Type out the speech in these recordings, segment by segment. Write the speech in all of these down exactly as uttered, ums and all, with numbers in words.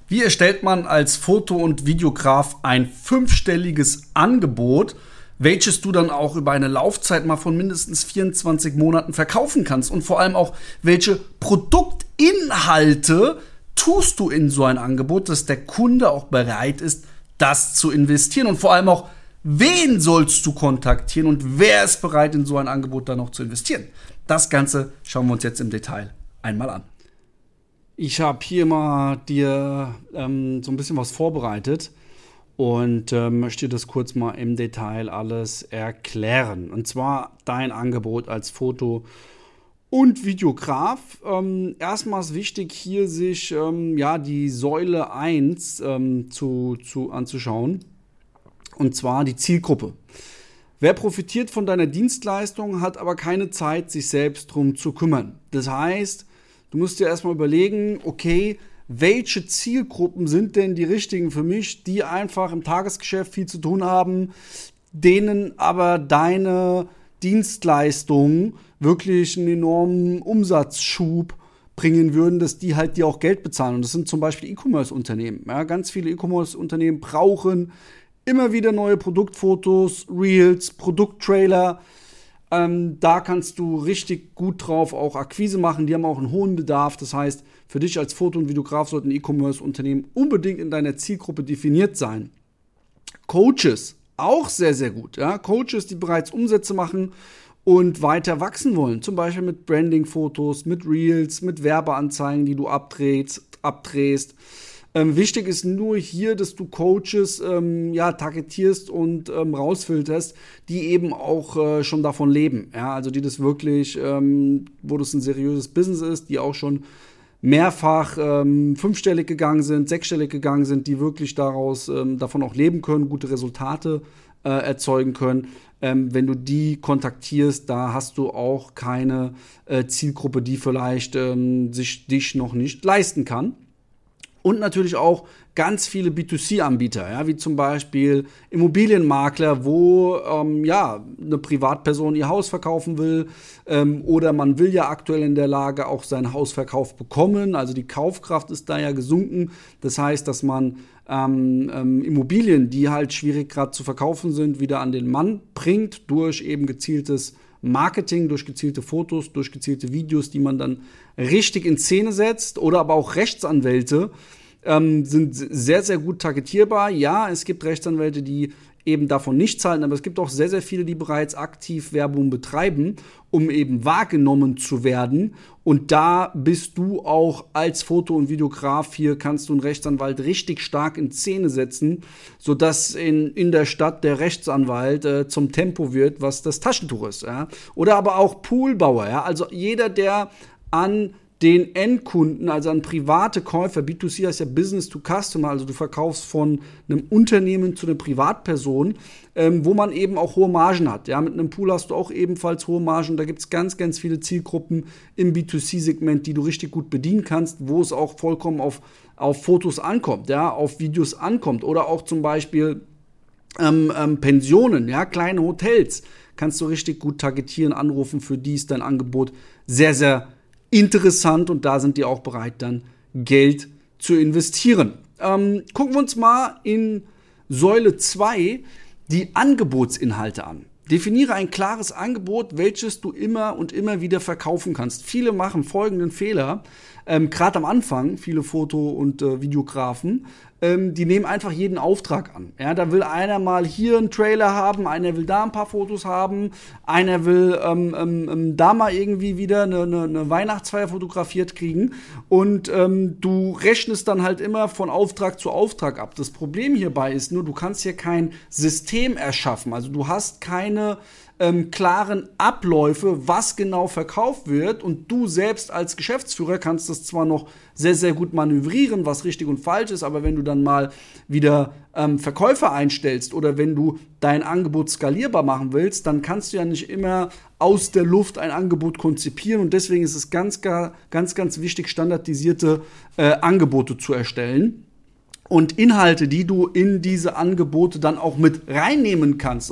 Wie erstellt man als Foto- und Videograf ein fünfstelliges Angebot, welches du dann auch über eine Laufzeit mal von mindestens vierundzwanzig Monaten verkaufen kannst? Und vor allem auch, welche Produktinhalte tust du in so ein Angebot, dass der Kunde auch bereit ist, das zu investieren? Und vor allem auch, wen sollst du kontaktieren und wer ist bereit, in so ein Angebot dann noch zu investieren? Das Ganze schauen wir uns jetzt im Detail einmal an. Ich habe hier mal dir ähm, so ein bisschen was vorbereitet und äh, möchte dir das kurz mal im Detail alles erklären. Und zwar dein Angebot als Foto- und Videograf. Ähm, erstmal ist wichtig, hier sich ähm, ja, die Säule eins ähm, zu, zu, anzuschauen. Und zwar die Zielgruppe. Wer profitiert von deiner Dienstleistung, hat aber keine Zeit, sich selbst drum zu kümmern. Das heißt, du musst dir erstmal überlegen, okay, welche Zielgruppen sind denn die richtigen für mich, die einfach im Tagesgeschäft viel zu tun haben, denen aber deine Dienstleistungen wirklich einen enormen Umsatzschub bringen würden, dass die halt dir auch Geld bezahlen. Und das sind zum Beispiel E-Commerce-Unternehmen. Ja, ganz viele E-Commerce-Unternehmen brauchen immer wieder neue Produktfotos, Reels, Produkttrailer. Ähm, da kannst du richtig gut drauf auch Akquise machen. Die haben auch einen hohen Bedarf. Das heißt, für dich als Foto- und Videograf sollten E-Commerce-Unternehmen unbedingt in deiner Zielgruppe definiert sein. Coaches, auch sehr, sehr gut. Ja? Coaches, die bereits Umsätze machen und weiter wachsen wollen. Zum Beispiel mit Branding-Fotos, mit Reels, mit Werbeanzeigen, die du abdrehst. abdrehst. Ähm, wichtig ist nur hier, dass du Coaches ähm, ja, targetierst und ähm, rausfilterst, die eben auch äh, schon davon leben. Ja? Also die das wirklich, ähm, wo das ein seriöses Business ist, die auch schon mehrfach ähm, fünfstellig gegangen sind, sechsstellig gegangen sind, die wirklich daraus ähm, davon auch leben können, gute Resultate äh, erzeugen können. Ähm, wenn du die kontaktierst, da hast du auch keine äh, Zielgruppe, die vielleicht ähm, sich dich noch nicht leisten kann. Und natürlich auch ganz viele B zwei C-Anbieter, ja, wie zum Beispiel Immobilienmakler, wo ähm, ja, eine Privatperson ihr Haus verkaufen will ähm, oder man will ja aktuell in der Lage auch sein Haus verkauft bekommen. Also die Kaufkraft ist da ja gesunken. Das heißt, dass man ähm, ähm, Immobilien, die halt schwierig gerade zu verkaufen sind, wieder an den Mann bringt durch eben gezieltes Marketing, durch gezielte Fotos, durch gezielte Videos, die man dann richtig in Szene setzt, oder aber auch Rechtsanwälte ähm, sind sehr, sehr gut targetierbar. Ja, es gibt Rechtsanwälte, die eben davon nicht zahlen, aber es gibt auch sehr, sehr viele, die bereits aktiv Werbung betreiben, um eben wahrgenommen zu werden. Und da bist du auch als Foto- und Videograf hier, kannst du einen Rechtsanwalt richtig stark in Szene setzen, sodass in, in der Stadt der Rechtsanwalt äh, zum Tempo wird, was das Taschentuch ist. Ja? Oder aber auch Poolbauer. Ja? Also jeder, der an den Endkunden, also an private Käufer, B zwei C heißt ja Business to Customer, also du verkaufst von einem Unternehmen zu einer Privatperson, ähm, wo man eben auch hohe Margen hat. Ja, mit einem Pool hast du auch ebenfalls hohe Margen. Da gibt es ganz, ganz viele Zielgruppen im B zwei C-Segment, die du richtig gut bedienen kannst, wo es auch vollkommen auf, auf Fotos ankommt, ja, auf Videos ankommt. Oder auch zum Beispiel ähm, ähm, Pensionen, ja, kleine Hotels kannst du richtig gut targetieren, anrufen, für die ist dein Angebot sehr, sehr interessant und da sind die auch bereit, dann Geld zu investieren. Ähm, gucken wir uns mal in Säule zwei die Angebotsinhalte an. Definiere ein klares Angebot, welches du immer und immer wieder verkaufen kannst. Viele machen folgenden Fehler, ähm, gerade am Anfang, viele Foto- und äh, Videografen, ähm, die nehmen einfach jeden Auftrag an. Ja, da will einer mal hier einen Trailer haben, einer will da ein paar Fotos haben, einer will ähm, ähm, da mal irgendwie wieder eine, eine, eine Weihnachtsfeier fotografiert kriegen und ähm, du rechnest dann halt immer von Auftrag zu Auftrag ab. Das Problem hierbei ist nur, du kannst hier kein System erschaffen, also du hast keine Ähm, klaren Abläufe, was genau verkauft wird, und du selbst als Geschäftsführer kannst das zwar noch sehr, sehr gut manövrieren, was richtig und falsch ist, aber wenn du dann mal wieder ähm, Verkäufer einstellst oder wenn du dein Angebot skalierbar machen willst, dann kannst du ja nicht immer aus der Luft ein Angebot konzipieren, und deswegen ist es ganz, ganz, ganz wichtig, standardisierte äh, Angebote zu erstellen. Und Inhalte, die du in diese Angebote dann auch mit reinnehmen kannst. Und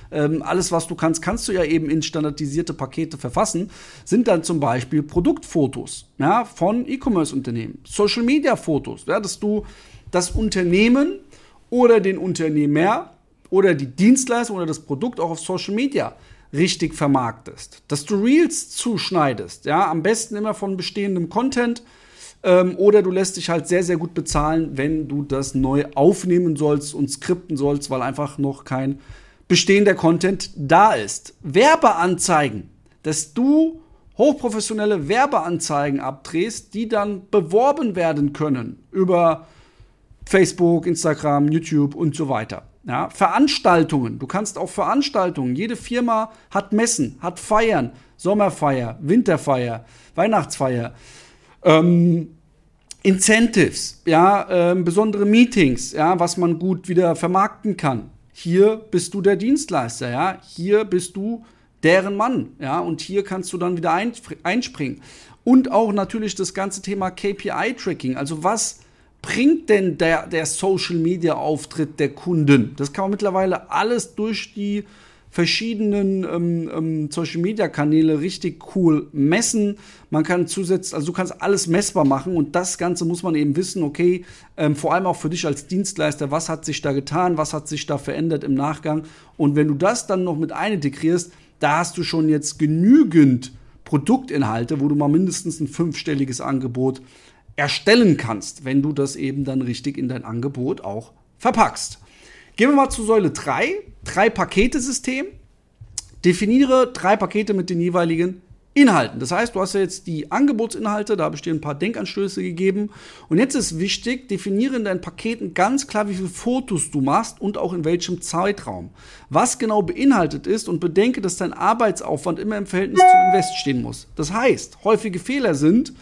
ähm, alles, was du kannst, kannst du ja eben in standardisierte Pakete verfassen, sind dann zum Beispiel Produktfotos, ja, von E-Commerce-Unternehmen, Social-Media-Fotos, ja, dass du das Unternehmen oder den Unternehmer oder die Dienstleistung oder das Produkt auch auf Social Media richtig vermarktest. Dass du Reels zuschneidest, ja, am besten immer von bestehendem Content, ähm, oder du lässt dich halt sehr, sehr gut bezahlen, wenn du das neu aufnehmen sollst und skripten sollst, weil einfach noch kein bestehender Content da ist. Werbeanzeigen, dass du hochprofessionelle Werbeanzeigen abdrehst, die dann beworben werden können über Facebook, Instagram, YouTube und so weiter. Ja, Veranstaltungen. Du kannst auch Veranstaltungen. Jede Firma hat Messen, hat Feiern, Sommerfeier, Winterfeier, Weihnachtsfeier, ähm, Incentives, ja, ähm, besondere Meetings, ja, was man gut wieder vermarkten kann. Hier bist du der Dienstleister, ja. Hier bist du deren Mann, ja. Und hier kannst du dann wieder einspringen. Und auch natürlich das ganze Thema K P I-Tracking. Also was bringt denn der, der Social-Media-Auftritt der Kunden? Das kann man mittlerweile alles durch die verschiedenen ähm, ähm, Social-Media-Kanäle richtig cool messen. Man kann zusätzlich, also du kannst alles messbar machen und das Ganze muss man eben wissen, okay, ähm, vor allem auch für dich als Dienstleister, was hat sich da getan, was hat sich da verändert im Nachgang. Und wenn du das dann noch mit einintegrierst, da hast du schon jetzt genügend Produktinhalte, wo du mal mindestens ein fünfstelliges Angebot erstellen kannst, wenn du das eben dann richtig in dein Angebot auch verpackst. Gehen wir mal zu Säule drei, Drei-Pakete-System. Definiere drei Pakete mit den jeweiligen Inhalten. Das heißt, du hast ja jetzt die Angebotsinhalte, da habe ich dir ein paar Denkanstöße gegeben. Und jetzt ist wichtig, definiere in deinen Paketen ganz klar, wie viele Fotos du machst und auch in welchem Zeitraum. Was genau beinhaltet ist und bedenke, dass dein Arbeitsaufwand immer im Verhältnis zum Invest stehen muss. Das heißt, häufige Fehler sind,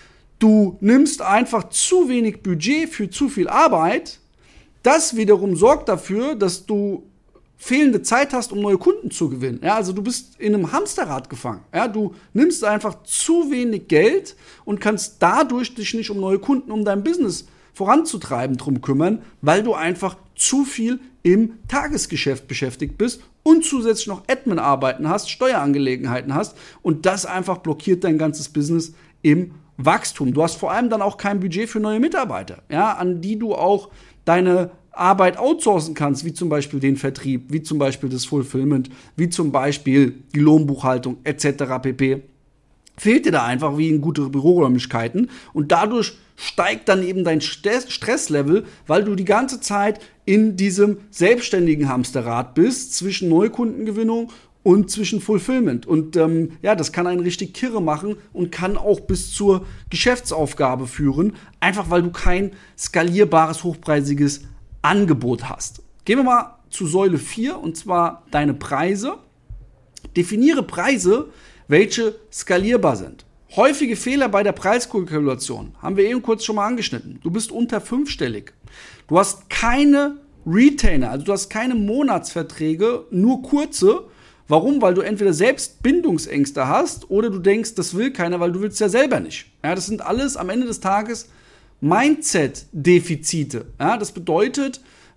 du nimmst einfach zu wenig Budget für zu viel Arbeit. Das wiederum sorgt dafür, dass du fehlende Zeit hast, um neue Kunden zu gewinnen. Ja, also du bist in einem Hamsterrad gefangen. Ja, du nimmst einfach zu wenig Geld und kannst dadurch dich nicht um neue Kunden, um dein Business voranzutreiben, drum kümmern, weil du einfach zu viel im Tagesgeschäft beschäftigt bist und zusätzlich noch Admin-Arbeiten hast, Steuerangelegenheiten hast und das einfach blockiert dein ganzes Business im Wachstum. Du hast vor allem dann auch kein Budget für neue Mitarbeiter, ja, an die du auch deine Arbeit outsourcen kannst, wie zum Beispiel den Vertrieb, wie zum Beispiel das Fulfillment, wie zum Beispiel die Lohnbuchhaltung et cetera pp. Fehlt dir da einfach wie in gute Büroräumlichkeiten und dadurch steigt dann eben dein Stresslevel, weil du die ganze Zeit in diesem selbstständigen Hamsterrad bist zwischen Neukundengewinnung und zwischen Fulfillment. Und ähm, ja, das kann einen richtig kirre machen und kann auch bis zur Geschäftsaufgabe führen, einfach weil du kein skalierbares, hochpreisiges Angebot hast. Gehen wir mal zu Säule vier, und zwar deine Preise. Definiere Preise, welche skalierbar sind. Häufige Fehler bei der Preiskalkulation haben wir eben kurz schon mal angeschnitten. Du bist unter fünfstellig. Du hast keine Retainer, also du hast keine Monatsverträge, nur kurze. Warum? Weil du entweder selbst Bindungsängste hast oder du denkst, das will keiner, weil du willst ja selber nicht. Ja, das sind alles am Ende des Tages Mindset-Defizite. Ja, das bedeutet,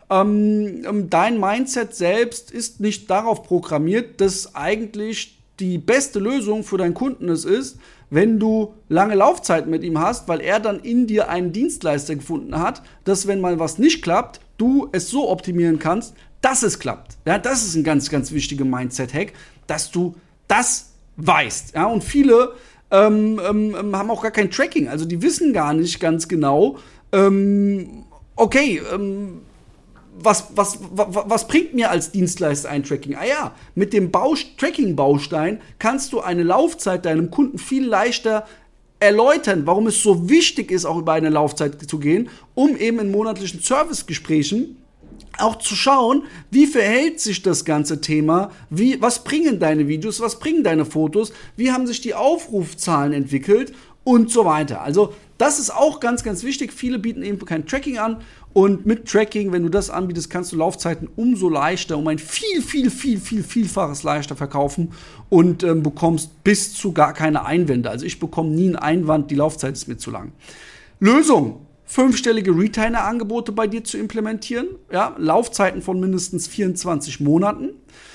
ähm, dein Mindset selbst ist nicht darauf programmiert, dass eigentlich die beste Lösung für deinen Kunden es ist, wenn du lange Laufzeit mit ihm hast, weil er dann in dir einen Dienstleister gefunden hat, dass wenn mal was nicht klappt, du es so optimieren kannst, dass es klappt. Ja, das ist ein ganz, ganz wichtiger Mindset-Hack, dass du das weißt. Ja, und viele ähm, ähm, haben auch gar kein Tracking. Also die wissen gar nicht ganz genau, ähm, okay, ähm, was, was, was, was bringt mir als Dienstleister ein Tracking? Ah ja, mit dem Tracking-Baustein kannst du eine Laufzeit deinem Kunden viel leichter erläutern, warum es so wichtig ist, auch über eine Laufzeit zu gehen, um eben in monatlichen Servicegesprächen auch zu schauen, wie verhält sich das ganze Thema, wie, was bringen deine Videos, was bringen deine Fotos, wie haben sich die Aufrufzahlen entwickelt und so weiter. Also das ist auch ganz, ganz wichtig. Viele bieten eben kein Tracking an und mit Tracking, wenn du das anbietest, kannst du Laufzeiten umso leichter, um ein viel, viel, viel, viel, vielfaches leichter verkaufen und ähm, bekommst bis zu gar keine Einwände. Also ich bekomme nie einen Einwand, die Laufzeit ist mir zu lang. Lösung: Fünfstellige Retainer-Angebote bei dir zu implementieren, ja, Laufzeiten von mindestens vierundzwanzig Monaten.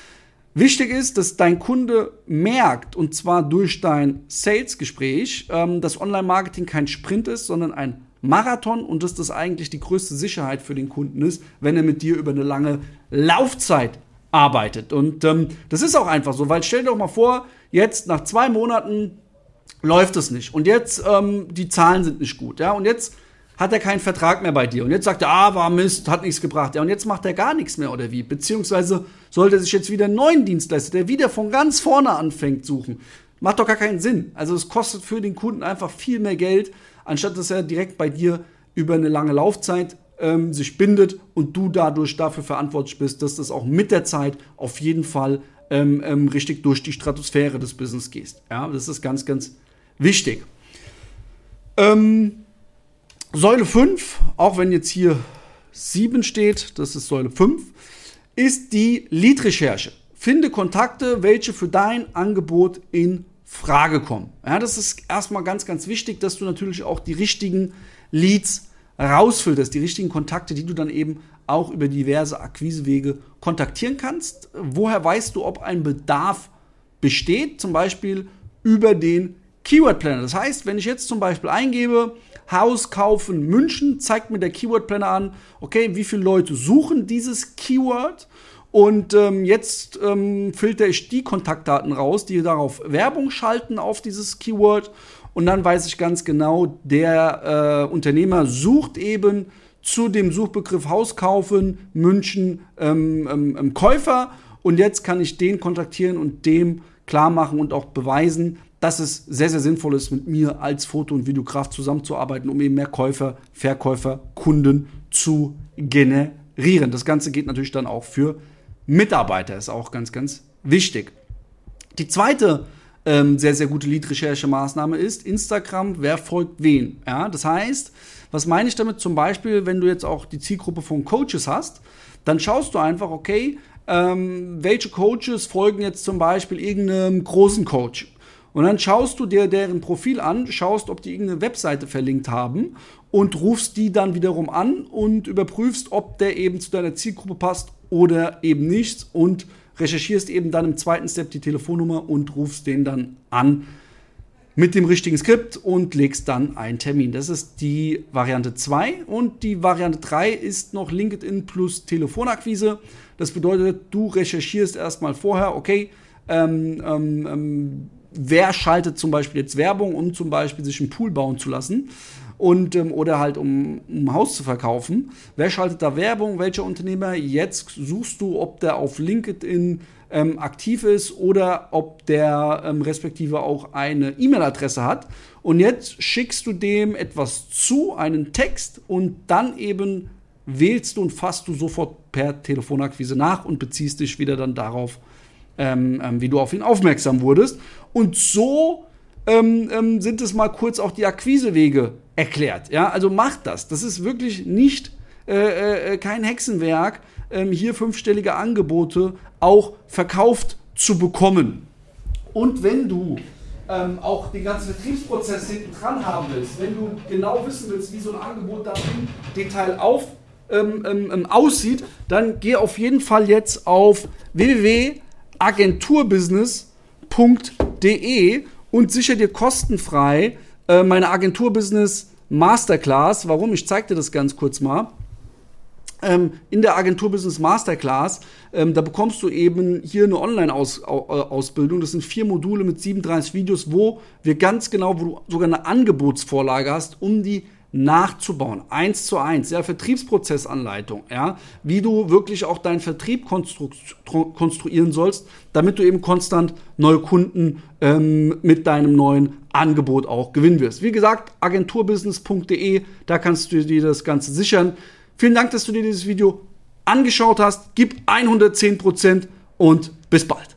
Wichtig ist, dass dein Kunde merkt, und zwar durch dein Sales-Gespräch, ähm, dass Online-Marketing kein Sprint ist, sondern ein Marathon und dass das eigentlich die größte Sicherheit für den Kunden ist, wenn er mit dir über eine lange Laufzeit arbeitet. Und ähm, das ist auch einfach so, weil stell dir doch mal vor, jetzt nach zwei Monaten läuft es nicht und jetzt ähm, die Zahlen sind nicht gut, ja, und jetzt hat er keinen Vertrag mehr bei dir. Und jetzt sagt er, ah, war Mist, hat nichts gebracht. Ja, und jetzt macht er gar nichts mehr, oder wie? Beziehungsweise sollte er sich jetzt wieder einen neuen Dienstleister, der wieder von ganz vorne anfängt, suchen. Macht doch gar keinen Sinn. Also es kostet für den Kunden einfach viel mehr Geld, anstatt dass er direkt bei dir über eine lange Laufzeit ähm, sich bindet und du dadurch dafür verantwortlich bist, dass das auch mit der Zeit auf jeden Fall ähm, ähm, richtig durch die Stratosphäre des Business gehst. Ja, das ist ganz, ganz wichtig. Ähm, Säule fünf, auch wenn jetzt hier sieben steht, das ist Säule fünf, ist die Lead-Recherche. Finde Kontakte, welche für dein Angebot in Frage kommen. Ja, das ist erstmal ganz, ganz wichtig, dass du natürlich auch die richtigen Leads rausfilterst, die richtigen Kontakte, die du dann eben auch über diverse Akquisewege kontaktieren kannst. Woher weißt du, ob ein Bedarf besteht? Zum Beispiel über den Keyword Planner. Das heißt, wenn ich jetzt zum Beispiel eingebe, Haus kaufen München, zeigt mir der Keyword Planner an, okay, wie viele Leute suchen dieses Keyword und ähm, jetzt ähm, filtere ich die Kontaktdaten raus, die darauf Werbung schalten auf dieses Keyword und dann weiß ich ganz genau, der äh, Unternehmer sucht eben zu dem Suchbegriff Haus kaufen München ähm, ähm, Käufer und jetzt kann ich den kontaktieren und dem klar machen und auch beweisen, dass es sehr, sehr sinnvoll ist, mit mir als Foto- und Videograf zusammenzuarbeiten, um eben mehr Käufer, Verkäufer, Kunden zu generieren. Das Ganze geht natürlich dann auch für Mitarbeiter, ist auch ganz, ganz wichtig. Die zweite ähm, sehr, sehr gute Lead-Recherche-Maßnahme ist Instagram, wer folgt wen. Ja, das heißt, was meine ich damit? Zum Beispiel, wenn du jetzt auch die Zielgruppe von Coaches hast, dann schaust du einfach, okay, ähm, welche Coaches folgen jetzt zum Beispiel irgendeinem großen Coach. Und dann schaust du dir deren Profil an, schaust, ob die irgendeine Webseite verlinkt haben und rufst die dann wiederum an und überprüfst, ob der eben zu deiner Zielgruppe passt oder eben nicht und recherchierst eben dann im zweiten Step die Telefonnummer und rufst den dann an mit dem richtigen Skript und legst dann einen Termin. Das ist die Variante zwei und die Variante drei ist noch LinkedIn plus Telefonakquise. Das bedeutet, du recherchierst erstmal vorher, okay, ähm, ähm, ähm, wer schaltet zum Beispiel jetzt Werbung, um zum Beispiel sich einen Pool bauen zu lassen und ähm, oder halt um, um ein Haus zu verkaufen. Wer schaltet da Werbung? Welcher Unternehmer? Jetzt suchst du, ob der auf LinkedIn ähm, aktiv ist oder ob der ähm, respektive auch eine E-Mail-Adresse hat. Und jetzt schickst du dem etwas zu, einen Text und dann eben wählst du und fasst du sofort per Telefonakquise nach und beziehst dich wieder dann darauf, Ähm, ähm, wie du auf ihn aufmerksam wurdest. Und so ähm, ähm, sind es mal kurz auch die Akquisewege erklärt. Ja? Also macht das. Das ist wirklich nicht äh, äh, kein Hexenwerk, ähm, hier fünfstellige Angebote auch verkauft zu bekommen. Und wenn du ähm, auch den ganzen Vertriebsprozess hinten dran haben willst, wenn du genau wissen willst, wie so ein Angebot da im Detail auf, ähm, ähm, aussieht, dann geh auf jeden Fall jetzt auf w w w punkt agenturbusiness punkt de und sicher dir kostenfrei äh, meine Agenturbusiness Masterclass. Warum? Ich zeige dir das ganz kurz mal. Ähm, in der Agenturbusiness Masterclass, ähm, da bekommst du eben hier eine Online-Ausbildung. Das sind vier Module mit siebenunddreißig Videos, wo wir ganz genau, wo du sogar eine Angebotsvorlage hast, um die nachzubauen, eins zu eins, ja, Vertriebsprozessanleitung, ja, wie du wirklich auch deinen Vertrieb konstru konstruieren sollst, damit du eben konstant neue Kunden ähm, mit deinem neuen Angebot auch gewinnen wirst. Wie gesagt, agenturbusiness punkt de, da kannst du dir das Ganze sichern. Vielen Dank, dass du dir dieses Video angeschaut hast. Gib hundertzehn Prozent und bis bald.